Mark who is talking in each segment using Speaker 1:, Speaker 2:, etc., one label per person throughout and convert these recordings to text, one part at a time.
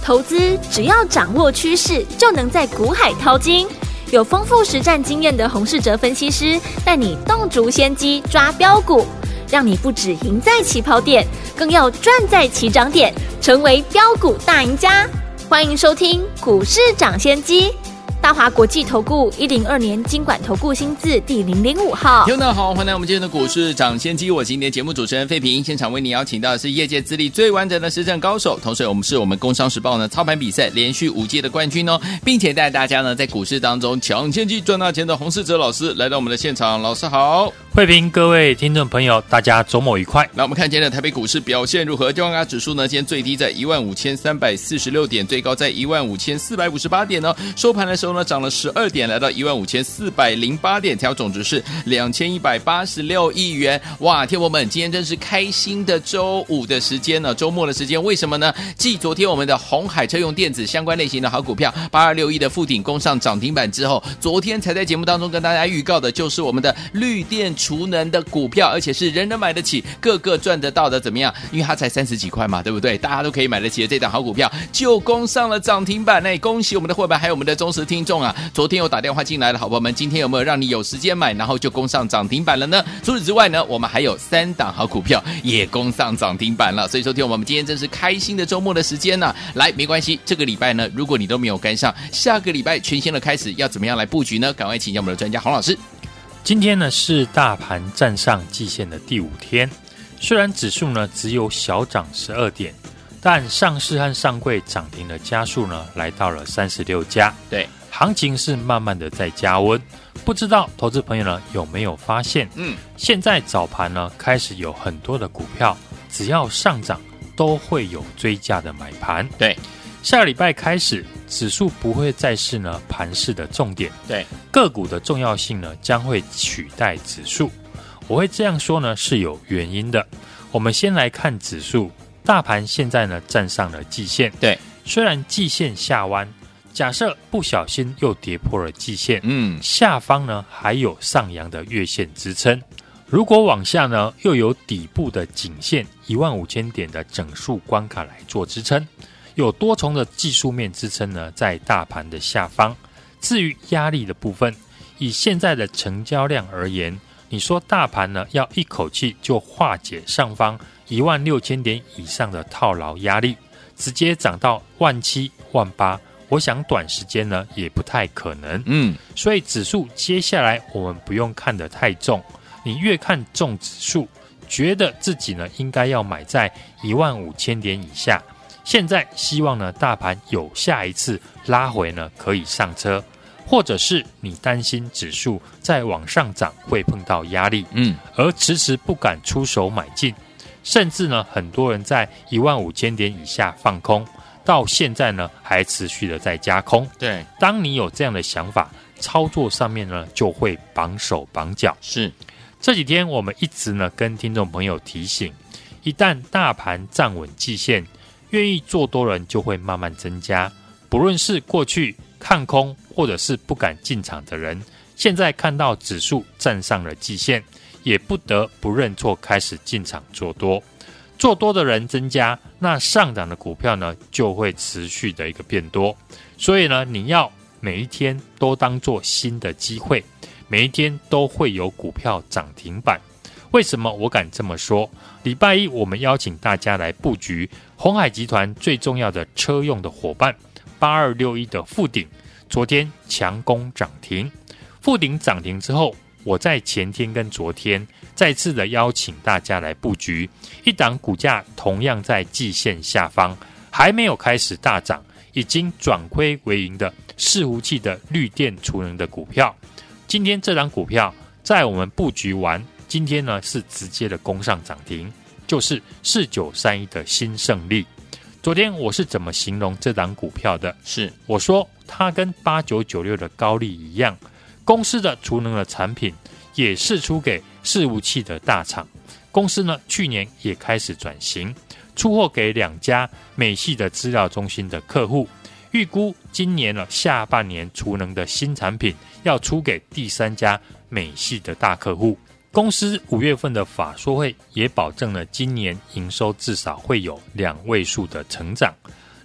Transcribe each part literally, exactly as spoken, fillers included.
Speaker 1: 投资只要掌握趋势，就能在股海淘金。有丰富实战经验的洪士哲分析师带你洞烛先机抓标股，让你不只赢在起跑点，更要赚在起涨点，成为标股大赢家。欢迎收听股市涨先机，大华国际投顾一零二年金管投顾新字第零零五号。
Speaker 2: 听众大家好，欢迎来我们今天的股市涨先机，我是今天节目主持人费平。现场为你邀请到的是业界资历最完整的实战高手，同时我们是我们工商时报呢操盘比赛连续五届的冠军哦，并且带大家呢在股市当中抢先机赚大钱的洪士哲老师来到我们的现场。老师好。
Speaker 3: 慧平，各位听众朋友，大家周末愉快。
Speaker 2: 那我们看今天的台北股市表现如何？加权指数呢，今天最低在一万五千三百四十六点，最高在一万五千四百五十八点呢。收盘的时候呢，涨了十二点，来到一万五千四百零八点，调总值是两千一百八十六亿元。哇，天友们，今天真是开心的周五的时间呢，周末的时间。为什么呢？继昨天我们的鸿海车用电子相关类型的好股票八二六一的富鼎攻上涨停板之后，昨天才在节目当中跟大家预告的，就是我们的绿电储能的股票，而且是人人买得起，个个赚得到的，怎么样？因为它才三十几块嘛，对不对？大家都可以买得起的这档好股票，就攻上了涨停板。那恭喜我们的会员还有我们的忠实听众啊！昨天有打电话进来的好朋友们，今天有没有让你有时间买，然后就攻上涨停板了呢？除此之外呢，我们还有三档好股票也攻上涨停板了。所以说，听我们今天真是开心的周末的时间呢、啊。来，没关系，这个礼拜呢，如果你都没有跟上，下个礼拜全新的开始要怎么样来布局呢？赶快请教我们的专家洪老师。
Speaker 3: 今天呢是大盘站上季线的第五天，虽然指数呢只有小涨十二点，但上市和上柜涨停的家数呢来到了三十六家。
Speaker 2: 对，
Speaker 3: 行情是慢慢的在加温。不知道投资朋友呢有没有发现，嗯，现在早盘呢开始有很多的股票，只要上涨都会有追价的买盘。
Speaker 2: 对。
Speaker 3: 下个礼拜开始，指数不会再是呢盘势的重点，
Speaker 2: 对，
Speaker 3: 个股的重要性呢将会取代指数。我会这样说呢是有原因的。我们先来看指数，大盘现在呢站上了季线，
Speaker 2: 对，
Speaker 3: 虽然季线下弯，假设不小心又跌破了季线，
Speaker 2: 嗯，
Speaker 3: 下方呢还有上扬的月线支撑。如果往下呢又有底部的颈线一万五千点的整数关卡来做支撑。有多重的技术面支撑呢，在大盘的下方。至于压力的部分，以现在的成交量而言，你说大盘呢要一口气就化解上方一万六千点以上的套牢压力，直接涨到万七、万八，我想短时间呢也不太可能。嗯，所以指数接下来我们不用看得太重，你越看重指数，觉得自己呢应该要买在一万五千点以下。现在希望呢，大盘有下一次拉回呢，可以上车，或者是你担心指数再往上涨会碰到压力，嗯，而迟迟不敢出手买进，甚至呢，很多人在一万五千点以下放空，到现在呢还持续的在加空。
Speaker 2: 对，
Speaker 3: 当你有这样的想法，操作上面呢就会绑手绑脚。
Speaker 2: 是，
Speaker 3: 这几天我们一直呢跟听众朋友提醒，一旦大盘站稳季线，愿意做多人就会慢慢增加，不论是过去看空或者是不敢进场的人，现在看到指数站上了季线，也不得不认错，开始进场做多。做多的人增加，那上涨的股票呢就会持续的一个变多。所以呢，你要每一天都当作新的机会，每一天都会有股票涨停板。为什么我敢这么说？礼拜一我们邀请大家来布局鸿海集团最重要的车用的伙伴八二六一的富鼎，昨天强攻涨停。富鼎涨停之后，我在前天跟昨天再次的邀请大家来布局一档股价同样在季线下方，还没有开始大涨，已经转亏为盈的伺服器的绿电储能的股票。今天这档股票在我们布局完，今天呢是直接的攻上涨停，就是四九三一的新胜利。昨天我是怎么形容这档股票的？
Speaker 2: 是
Speaker 3: 我说它跟八九九六的高力一样，公司的储能的产品也释出给伺服器的大厂。公司呢去年也开始转型，出货给两家美系的资料中心的客户，预估今年呢下半年储能的新产品要出给第三家美系的大客户。公司五月份的法说会也保证了今年营收至少会有两位数的成长。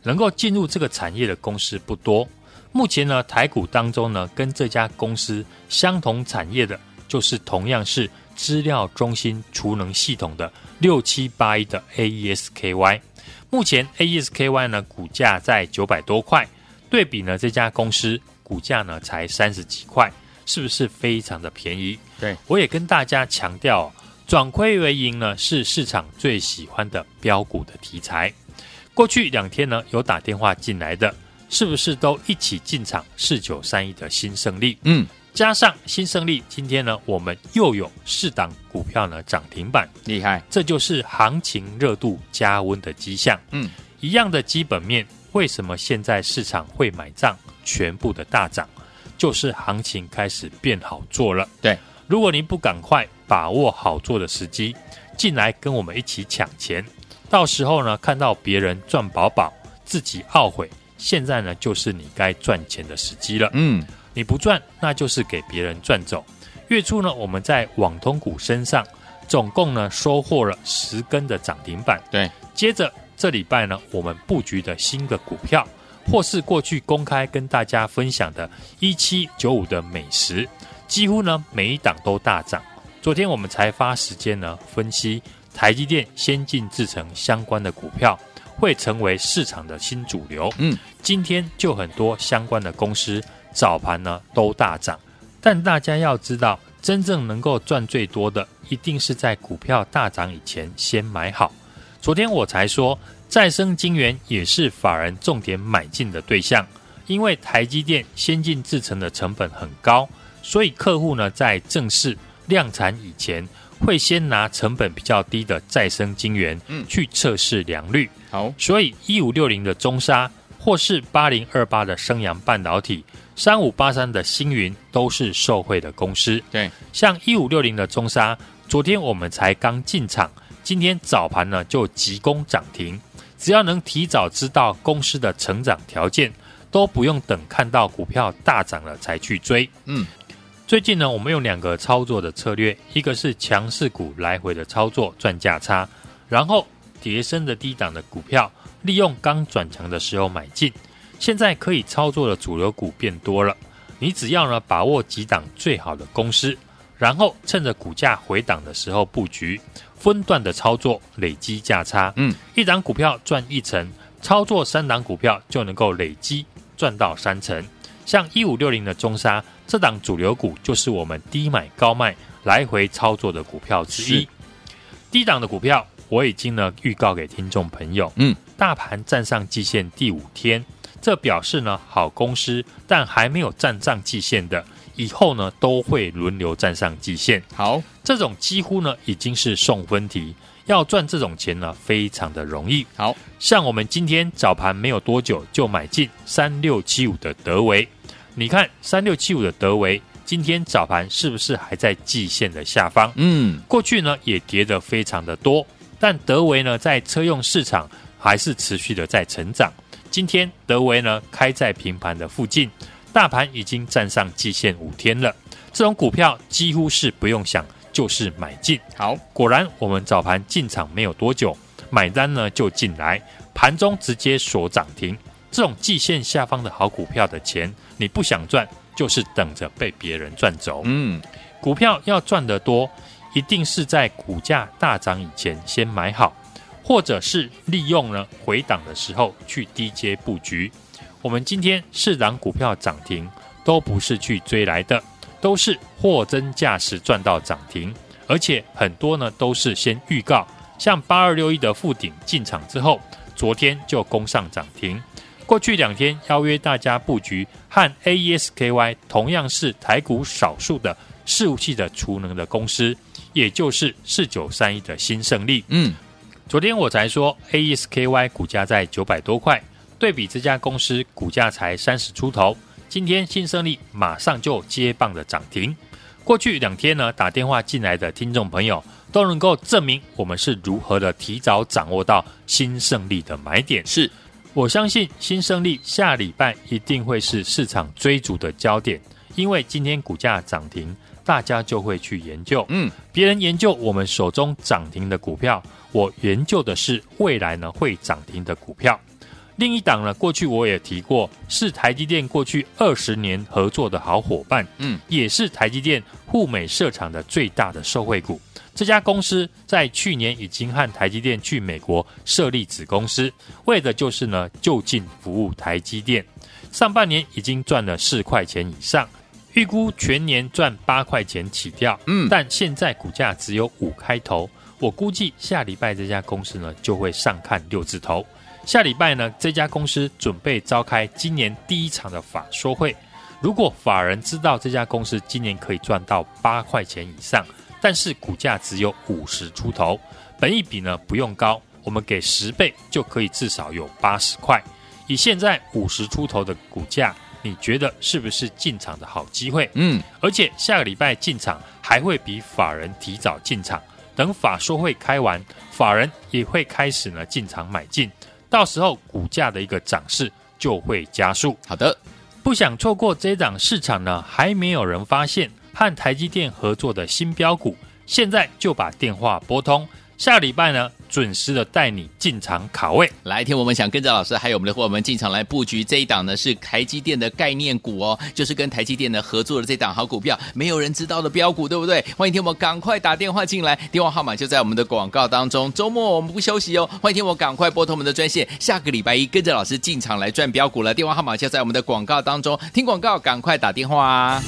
Speaker 3: 能够进入这个产业的公司不多。目前呢，台股当中呢，跟这家公司相同产业的，就是同样是资料中心储能系统的六七八一的 A E S K Y。目前 A E S K Y 呢，股价在九百多块，对比呢这家公司股价呢才三十几块，是不是非常的便宜？
Speaker 2: 对，
Speaker 3: 我也跟大家强调、哦，转亏为盈呢是市场最喜欢的标股的题材。过去两天呢有打电话进来的，是不是都一起进场四九三一的新胜利？嗯，加上新胜利，今天呢我们又有四档股票呢涨停板，
Speaker 2: 厉害，
Speaker 3: 这就是行情热度加温的迹象。嗯，一样的基本面，为什么现在市场会买账，全部的大涨，就是行情开始变好做了。
Speaker 2: 对，
Speaker 3: 如果您不赶快把握好做的时机，进来跟我们一起抢钱，到时候呢看到别人赚饱饱，自己懊悔，现在呢就是你该赚钱的时机了。嗯，你不赚，那就是给别人赚走。月初呢，我们在网通股身上总共呢收获了十根的涨停板。
Speaker 2: 对，
Speaker 3: 接着这礼拜呢，我们布局的新的股票，或是过去公开跟大家分享的一七九五的美食，几乎呢每一档都大涨。昨天我们才发时间呢分析台积电先进制程相关的股票会成为市场的新主流。嗯，今天就很多相关的公司早盘呢都大涨，但大家要知道，真正能够赚最多的，一定是在股票大涨以前先买好。昨天我才说，再生晶圆也是法人重点买进的对象，因为台积电先进制程的成本很高，所以客户呢在正式量产以前，会先拿成本比较低的再生晶圆去测试良率。
Speaker 2: 好，
Speaker 3: 所以一五六零的中砂，或是八零二八的升阳半导体，三五八三的星云都是受惠的公司。
Speaker 2: 对，
Speaker 3: 像一五六零的中砂，昨天我们才刚进场，今天早盘呢就急攻涨停。只要能提早知道公司的成长条件，都不用等看到股票大涨了才去追。嗯，最近呢，我们用两个操作的策略，一个是强势股来回的操作赚价差，然后跌升的低档的股票，利用刚转强的时候买进。现在可以操作的主流股变多了，你只要呢把握几档最好的公司，然后趁着股价回档的时候布局，分段的操作，累积价差。嗯，一档股票赚一成，操作三档股票就能够累积赚到三成。像一五六零的中砂，这档主流股就是我们低买高卖来回操作的股票之一。低档的股票我已经呢预告给听众朋友，嗯，大盘站上季线第五天，这表示呢好公司，但还没有站上季线的，以后呢都会轮流站上季线。
Speaker 2: 好，
Speaker 3: 这种几乎呢已经是送分题，要赚这种钱呢非常的容易。
Speaker 2: 好，
Speaker 3: 像我们今天早盘没有多久就买进三六七五的德微，你看三六七五的德微今天早盘是不是还在季线的下方？嗯，过去呢也跌得非常的多，但德微呢在车用市场还是持续的在成长。今天德微呢开在平盘的附近，大盘已经站上季线五天了，这种股票几乎是不用想就是买进。
Speaker 2: 好，
Speaker 3: 果然我们早盘进场没有多久，买单呢就进来，盘中直接锁涨停。这种季线下方的好股票的钱，你不想赚，就是等着被别人赚走。嗯，股票要赚得多，一定是在股价大涨以前先买好，或者是利用呢回档的时候去低阶布局。我们今天四档股票涨停，都不是去追来的，都是货真价实赚到涨停，而且很多呢都是先预告，像八二六一的富鼎进场之后，昨天就攻上涨停。过去两天邀约大家布局和 A E S K Y 同样是台股少数的伺服器的储能的公司，也就是四九三一的新胜利。嗯，昨天我才说 A E S K Y 股价在九百多块，对比这家公司股价才三十出头，今天新胜利马上就接棒的涨停。过去两天呢，打电话进来的听众朋友都能够证明我们是如何的提早掌握到新胜利的买点。
Speaker 2: 是，
Speaker 3: 我相信新胜利下礼拜一定会是市场追逐的焦点，因为今天股价涨停，大家就会去研究。嗯，别人研究我们手中涨停的股票，我研究的是未来呢会涨停的股票。 另一档呢，过去我也提过，是台积电过去二十年合作的好伙伴，嗯，也是台积电赴美设厂的最大的受惠股。这家公司在去年已经和台积电去美国设立子公司，为的就是呢就近服务台积电。上半年已经赚了四块钱以上，预估全年赚八块钱起跳，嗯，但现在股价只有五开头，我估计下礼拜这家公司呢就会上看六字头。下礼拜呢，这家公司准备召开今年第一场的法说会，如果法人知道这家公司今年可以赚到八块钱以上，但是股价只有五十出头，本益比呢不用高，我们给十倍就可以至少有八十块。以现在五十出头的股价，你觉得是不是进场的好机会？嗯，而且下个礼拜进场还会比法人提早进场，等法说会开完，法人也会开始呢进场买进，到时候股价的一个涨势就会加速。
Speaker 2: 好的，
Speaker 3: 不想错过这档市场呢还没有人发现和台积电合作的新标股，现在就把电话拨通，下礼拜呢准时的带你进场卡位。
Speaker 2: 来听我们想跟着老师还有我们的伙伴们进场来布局这一档呢是台积电的概念股哦，就是跟台积电呢合作的这档好股票，没有人知道的标股，对不对？欢迎听我们赶快打电话进来，电话号码就在我们的广告当中。周末我们不休息哦，欢迎听我赶快拨通我们的专线，下个礼拜一跟着老师进场来赚标股了，电话号码就在我们的广告当中，听广告赶快打电话啊。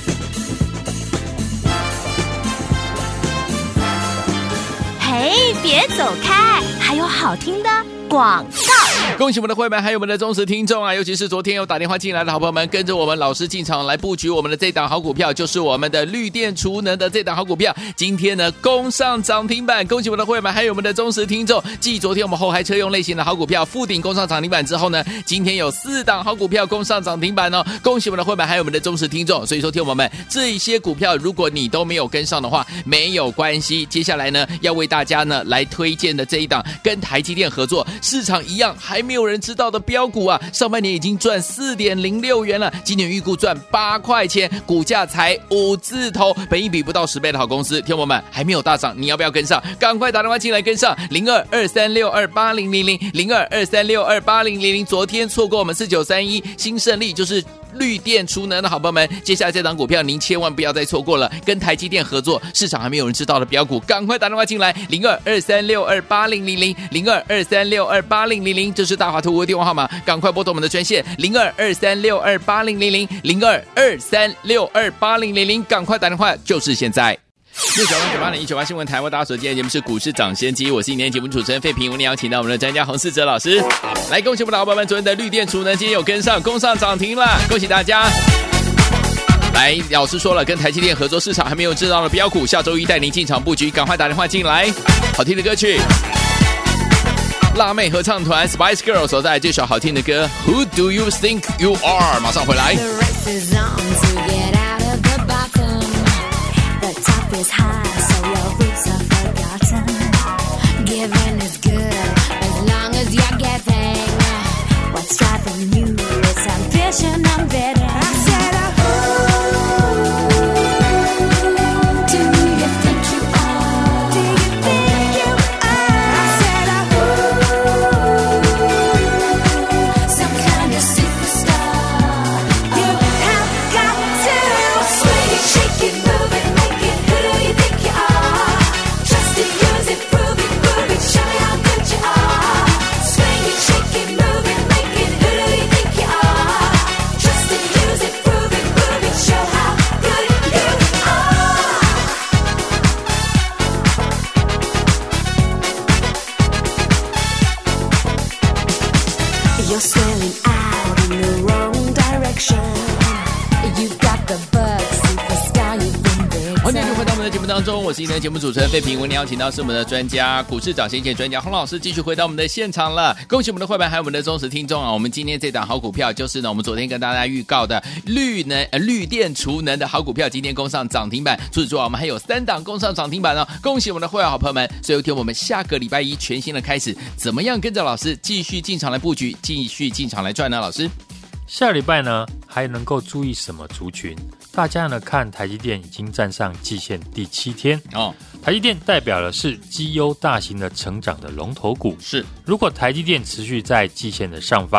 Speaker 1: 嘿，别走开，还有好听的广告。
Speaker 2: 恭喜我们的会员还有我们的忠实听众啊，尤其是昨天有打电话进来的好朋友们，跟着我们老师进场来布局我们的这档好股票，就是我们的绿电储能的这档好股票，今天呢攻上涨停板。恭喜我们的会员还有我们的忠实听众，继昨天我们后海车用类型的好股票富鼎攻上涨停板之后呢，今天有四档好股票攻上涨停板哦。恭喜我们的会员还有我们的忠实听众，所以说听我们这一些股票如果你都没有跟上的话没有关系，接下来呢要为大家呢来推荐的这一档跟台积电合作，市场一样还没有人知道的标股啊，上半年已经赚 四点零六元了，今年预估赚八块钱，股价才五字头，本益比不到十倍的好公司，听我们还没有大涨，你要不要跟上？赶快打电话进来跟上零二二三六二八零零零 零二二三六二八零零零。昨天错过我们四九三一新胜利，就是绿电储能的好朋友们，接下来这档股票您千万不要再错过了，跟台积电合作，市场还没有人知道的标股，赶快打电话进来零二二三六二八零零零 零二二三六二八零零零，这是大华图的电话号码，赶快拨通我们的专线零二二三六二八零零零 零二二三六二八零零零，赶快打电话，就是现在。六九八九八零一九八新闻台，为大家所见的节目是股市涨先机，我是今天节目主持人费平，我们邀请到我们的专家洪士哲老师来，恭喜我们的老板们昨天的绿电储能今天有跟上，攻上涨停了，恭喜大家。来，老师说了，跟台积电合作，市场还没有知道的标股，下周一带您进场布局，赶快打电话进来。好听的歌曲，辣妹合唱团 Spice Girls 所带来这首好听的歌 Who Do You Think You Are， 马上回来。
Speaker 4: Is high, so your roots are forgotten. Giving is good, as long as you're getting. What's driving you is ambition, I'm bitter. I said, oh, do you think you are? Do you think you are? I said, oh, some kind of superstar. You have got to swing it, shake it, move it. You're spelling out in the wrong direction. You've got the bug, superstar, you've been big.
Speaker 2: 欢迎继续回到我们的节目当中，我是今天的节目主持人费平，为您邀请到是我们的专家股市涨先见专家洪老师，继续回到我们的现场了。恭喜我们的会员还有我们的忠实听众啊！我们今天这档好股票就是呢，我们昨天跟大家预告的绿能呃绿电储能的好股票，今天攻上涨停板。除此之外，我们还有三档攻上涨停板哦！恭喜我们的会员好朋友们！所以有天我们下个礼拜一全新的开始，怎么样跟着老师继续进场来布局，继续进场来赚呢？老师，
Speaker 3: 下礼拜呢还能够注意什么族群？大家呢看台积电已经站上季线第七天哦，台积电代表的是绩优大型的成长的龙头股，
Speaker 2: 是。
Speaker 3: 如果台积电持续在季线的上方，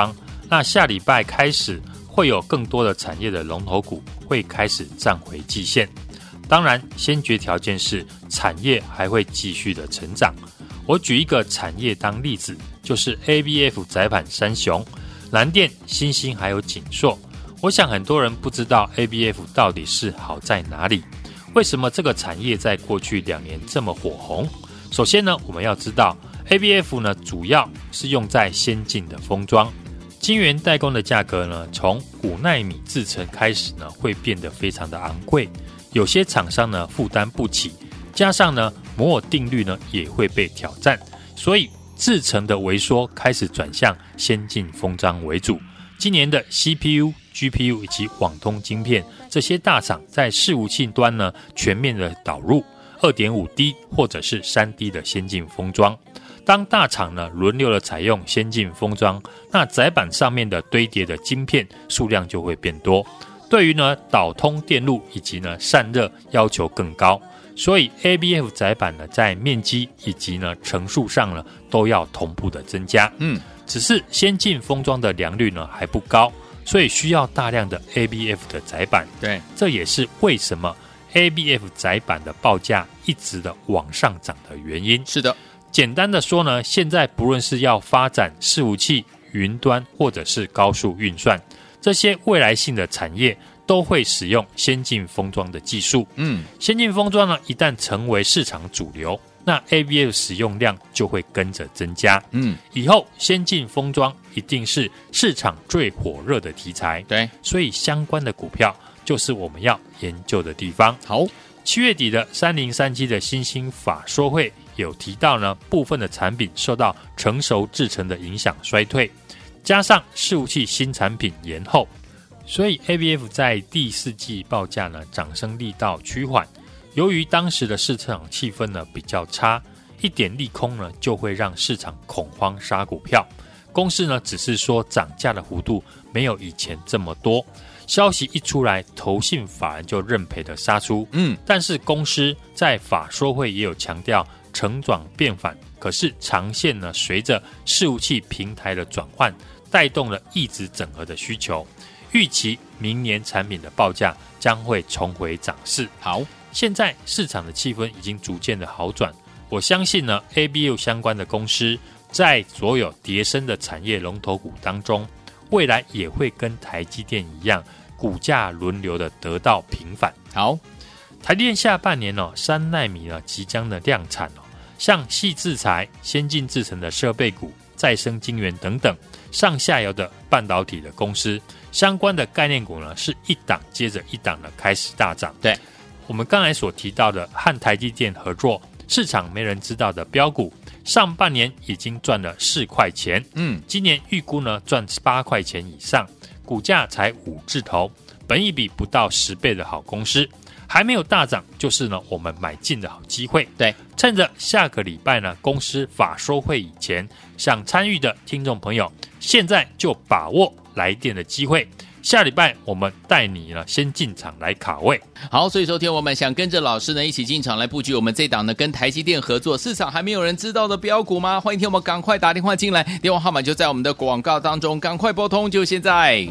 Speaker 3: 那下礼拜开始会有更多的产业的龙头股会开始站回季线。当然，先决条件是产业还会继续的成长。我举一个产业当例子，就是 A B F 载板三雄，南电、新兴还有景硕。我想很多人不知道 A B F 到底是好在哪里，为什么这个产业在过去两年这么火红？首先呢，我们要知道 A B F 呢主要是用在先进的封装，晶圆代工的价格呢，从五奈米制程开始呢，会变得非常的昂贵，有些厂商呢负担不起，加上呢摩尔定律呢也会被挑战，所以制程的微缩开始转向先进封装为主。今年的 C P U、G P U 以及网通晶片这些大厂在伺服器端呢全面的导入 二点五 D 或者是 三 D 的先进封装。当大厂呢轮流的采用先进封装，那载板上面的堆叠的晶片数量就会变多，对于呢导通电路以及呢散热要求更高，所以 A B F 载板呢在面积以及呢层数上呢都要同步的增加。嗯，只是先进封装的良率呢还不高，所以需要大量的 A B F 的载板。
Speaker 2: 对，
Speaker 3: 这也是为什么 A B F 载板的报价一直的往上涨的原因。
Speaker 2: 是的，
Speaker 3: 简单的说呢，现在不论是要发展伺服器、云端或者是高速运算，这些未来性的产业都会使用先进封装的技术。嗯，先进封装呢，一旦成为市场主流，那 A B F 使用量就会跟着增加。嗯，以后先进封装一定是市场最火热的题材。
Speaker 2: 对，
Speaker 3: 所以相关的股票就是我们要研究的地方。
Speaker 2: 好，
Speaker 3: 七月底的三零三七的新兴法说会有提到呢，部分的产品受到成熟制程的影响衰退，加上伺服器新产品延后，所以 A B F 在第四季报价呢涨升力道趋缓。由于当时的市场气氛呢比较差，一点利空呢就会让市场恐慌杀股票。公司呢只是说涨价的幅度没有以前这么多，消息一出来，投信法人就认赔的杀出。嗯，但是公司在法说会也有强调成长变反，可是长线呢随着伺服器平台的转换，带动了异质整合的需求，预期明年产品的报价将会重回涨势。
Speaker 2: 好，
Speaker 3: 现在市场的气氛已经逐渐的好转，我相信呢 A B F 相关的公司在所有跌升的产业龙头股当中，未来也会跟台积电一样，股价轮流的得到平反。
Speaker 2: 好，
Speaker 3: 台积电下半年哦，三奈米呢即将的量产哦，像矽智财、先进制程的设备股、再生晶圆等等，上下游的半导体的公司相关的概念股呢，是一档接着一档的开始大涨。
Speaker 2: 对，
Speaker 3: 我们刚才所提到的和台积电合作，市场没人知道的标股，上半年已经赚了四块钱，嗯，今年预估呢赚八块钱以上，股价才五字头，本益比不到十倍的好公司，还没有大涨，就是呢我们买进的好机会。
Speaker 2: 对，
Speaker 3: 趁着下个礼拜呢公司法说会以前，想参与的听众朋友，现在就把握来电的机会。下礼拜我们带你呢先进场来卡位。
Speaker 2: 好，所以昨天我们想跟着老师呢一起进场来布局我们这档呢跟台积电合作，市场还没有人知道的标股吗？欢迎听我们赶快打电话进来，电话号码就在我们的广告当中，赶快拨通，就现在。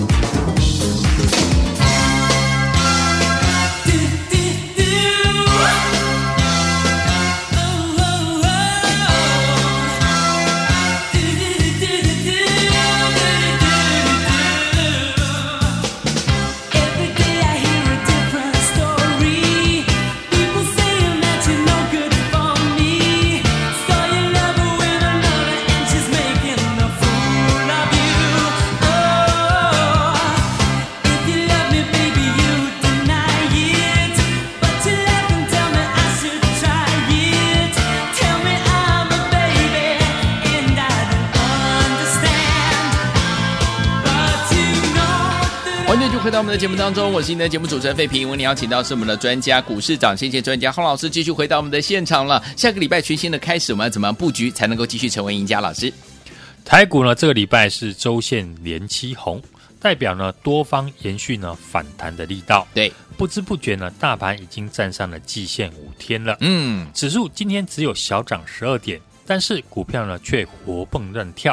Speaker 2: 回到我们的节目当中，我是你的节目主持人费平。为你邀请到是我们的专家股市长先见专家洪老师，继续回到我们的现场了。下个礼拜全新的开始，我们要怎么样布局才能够继续成为赢家？老师，
Speaker 3: 台股呢这个礼拜是周线连七红，代表呢多方延续呢反弹的力道。
Speaker 2: 对，
Speaker 3: 不知不觉呢大盘已经站上了季线五天了。嗯，指数今天只有小涨十二点，但是股票呢却活蹦乱跳。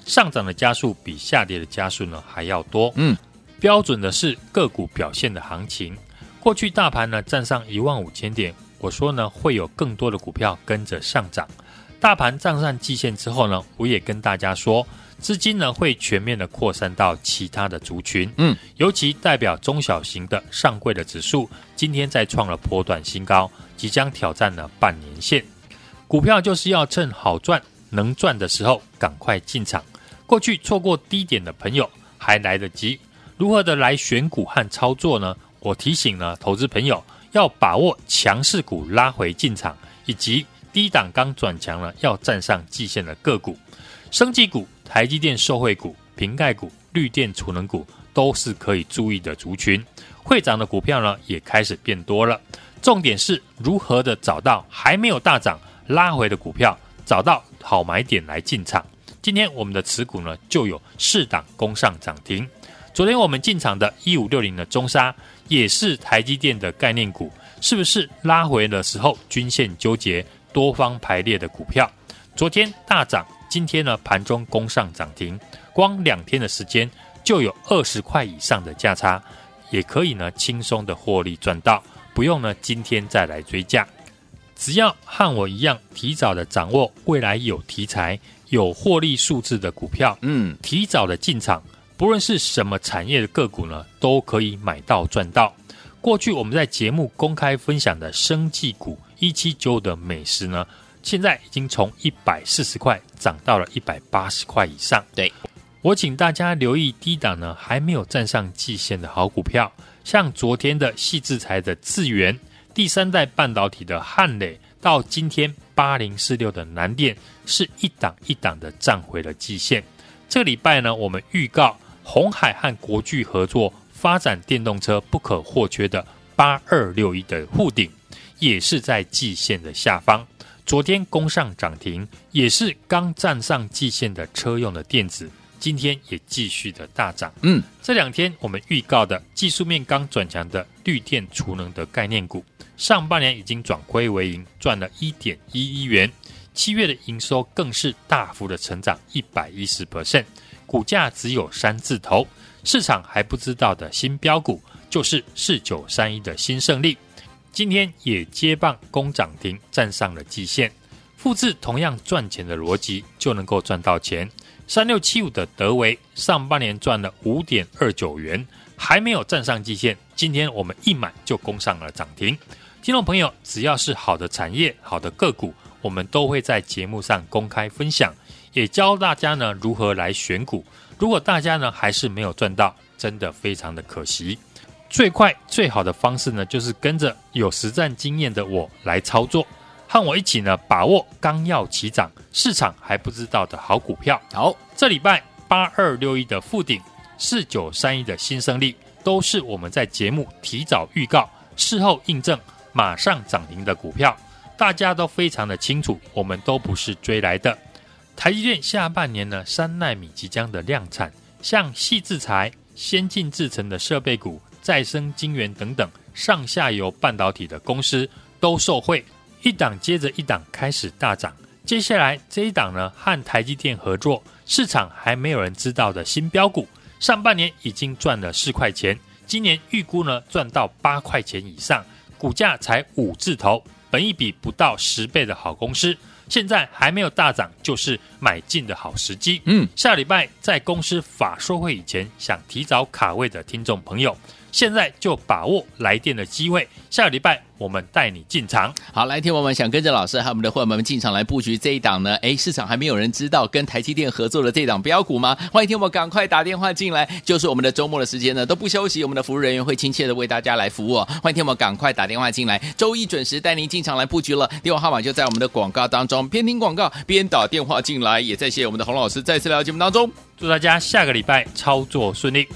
Speaker 3: 上涨的家数比下跌的家数呢还要多。
Speaker 2: 嗯，
Speaker 3: 标准的是个股表现的行情。过去大盘呢站上一万五千点，我说呢会有更多的股票跟着上涨。大盘站上季线之后呢，我也跟大家说，资金呢会全面的扩散到其他的族群。嗯，尤其代表中小型的上柜的指数，今天再创了波段新高，即将挑战了半年线。股票就是要趁好赚能赚的时候赶快进场。过去错过低点的朋友还来得及。如何的来选股和操作呢？我提醒呢投资朋友要把握强势股拉回进场，以及低档刚转强了要站上季线的个股。生技股、台积电受惠股、瓶盖股、绿电储能股都是可以注意的族群。会涨的股票呢也开始变多了。重点是如何的找到还没有大涨拉回的股票，找到好买点来进场。今天我们的持股呢就有四档攻上涨停。昨天我们进场的一五六零的中砂也是台积电的概念股，是不是拉回的时候均线纠结多方排列的股票？昨天大涨，今天呢盘中攻上涨停，光两天的时间就有二十块以上的价差，也可以呢轻松的获利赚到，不用呢今天再来追价。只要和我一样提早的掌握未来有题材有获利数字的股票，嗯，提早的进场，不论是什么产业的个股呢，都可以买到赚到。过去我们在节目公开分享的生技股一七九五的美食呢，现在已经从一百四十块涨到了一百八十块以上。
Speaker 2: 对，
Speaker 3: 我请大家留意低档呢还没有站上季线的好股票，像昨天的矽智财的智原，第三代半导体的汉磊，到今天八零四六的南电，是一档一档的站回了季线。这个礼拜呢，我们预告鸿海和国巨合作发展电动车不可或缺的八二六一的护顶，也是在季线的下方。昨天攻上涨停，也是刚站上季线的车用的电子，今天也继续的大涨。嗯，这两天我们预告的技术面刚转强的绿电储能的概念股，上半年已经转亏为盈，赚了 一点一一元。七月的营收更是大幅的成长 百分之一百一十， 股价只有三字头。市场还不知道的新标股就是四九三一的新胜利，今天也接棒攻涨停，站上了季线。复制同样赚钱的逻辑就能够赚到钱。三六七五的德微上半年赚了 五点二九元，还没有站上季线，今天我们一买就攻上了涨停。听众朋友，只要是好的产业好的个股，我们都会在节目上公开分享，也教大家呢如何来选股。如果大家呢还是没有赚到，真的非常的可惜。最快最好的方式呢，就是跟着有实战经验的我来操作，和我一起呢把握刚要起涨市场还不知道的好股票。好，这礼拜八二六一的富鼎、四九三一的新胜利，都是我们在节目提早预告，事后印证马上涨停的股票，大家都非常的清楚，我们都不是追来的。台积电下半年呢，三奈米即将的量产，像矽智财、先进制程的设备股、再生晶圆等等上下游半导体的公司都受惠，一档接着一档开始大涨。接下来这一档呢，和台积电合作，市场还没有人知道的新标股，上半年已经赚了四块钱，今年预估呢赚到八块钱以上，股价才五字头，本益比不到十倍的好公司，现在还没有大涨，就是买进的好时机。嗯，下礼拜在公司法说会以前，想提早卡位的听众朋友，现在就把握来电的机会，下个礼拜我们带你进场。
Speaker 2: 好，来听我们想跟着老师和我们的伙伴们进场来布局这一档呢，诶，市场还没有人知道跟台积电合作的这档标股吗？欢迎听我们赶快打电话进来，就是我们的周末的时间呢都不休息，我们的服务人员会亲切的为大家来服务、哦、欢迎听我们赶快打电话进来，周一准时带您进场来布局了，电话号码就在我们的广告当中，边听广告边打电话进来，也再谢谢我们的洪老师再次来到节目当中，
Speaker 3: 祝大家下个礼拜操作顺利。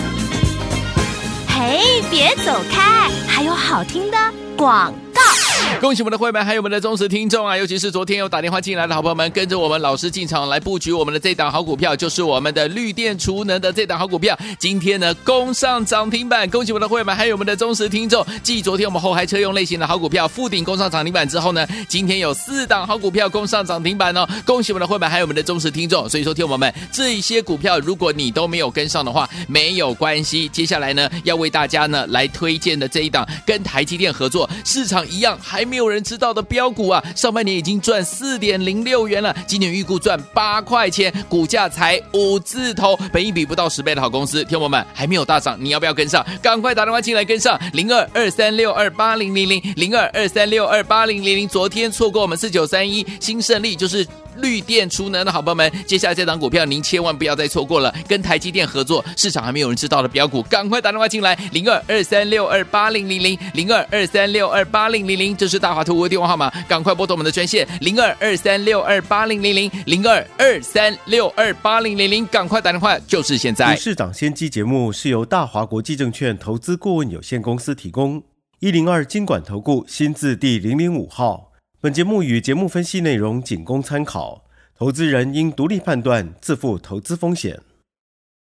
Speaker 1: 嘿，别走开，还有好听的广告。
Speaker 2: 恭喜我们的会员还有我们的忠实听众啊，尤其是昨天有打电话进来的好朋友们，跟着我们老师进场来布局我们的这档好股票，就是我们的绿电储能的这档好股票，今天呢攻上涨停板，恭喜我们的会员还有我们的忠实听众。继昨天我们后海车用类型的好股票富鼎攻上涨停板之后呢，今天有四档好股票攻上涨停板哦，恭喜我们的会员还有我们的忠实听众。所以说听我们这一些股票，如果你都没有跟上的话，没有关系，接下来呢要为大家呢来推荐的这一档跟台积电合作，市场一样还没有人知道的标股啊，上半年已经赚 四点零六元了，今年预估赚八块钱，股价才五字头，本益比不到十倍的好公司，听我们还没有大涨，你要不要跟上？赶快打电话进来跟上零二二三六二八零零零 零二二三六二八零零零。昨天错过我们四九三一新胜利，就是绿电储能的好朋友们，接下来这档股票您千万不要再错过了，跟台积电合作，市场还没有人知道的标股，赶快打电话进来零二二三六二八零零零 零二二三六二八零零零，这是大华投顾的电话号码，赶快拨通我们的专线零二二三六二八零零零 零二二三六二八零零零，赶快打电话，就是现在。
Speaker 5: 股市涨先机节目是由大华国际证券投资顾问有限公司提供，一零二金管投顾新字第零零五号。本节目与节目分析内容仅供参考，投资人应独立判断，自负投资风险。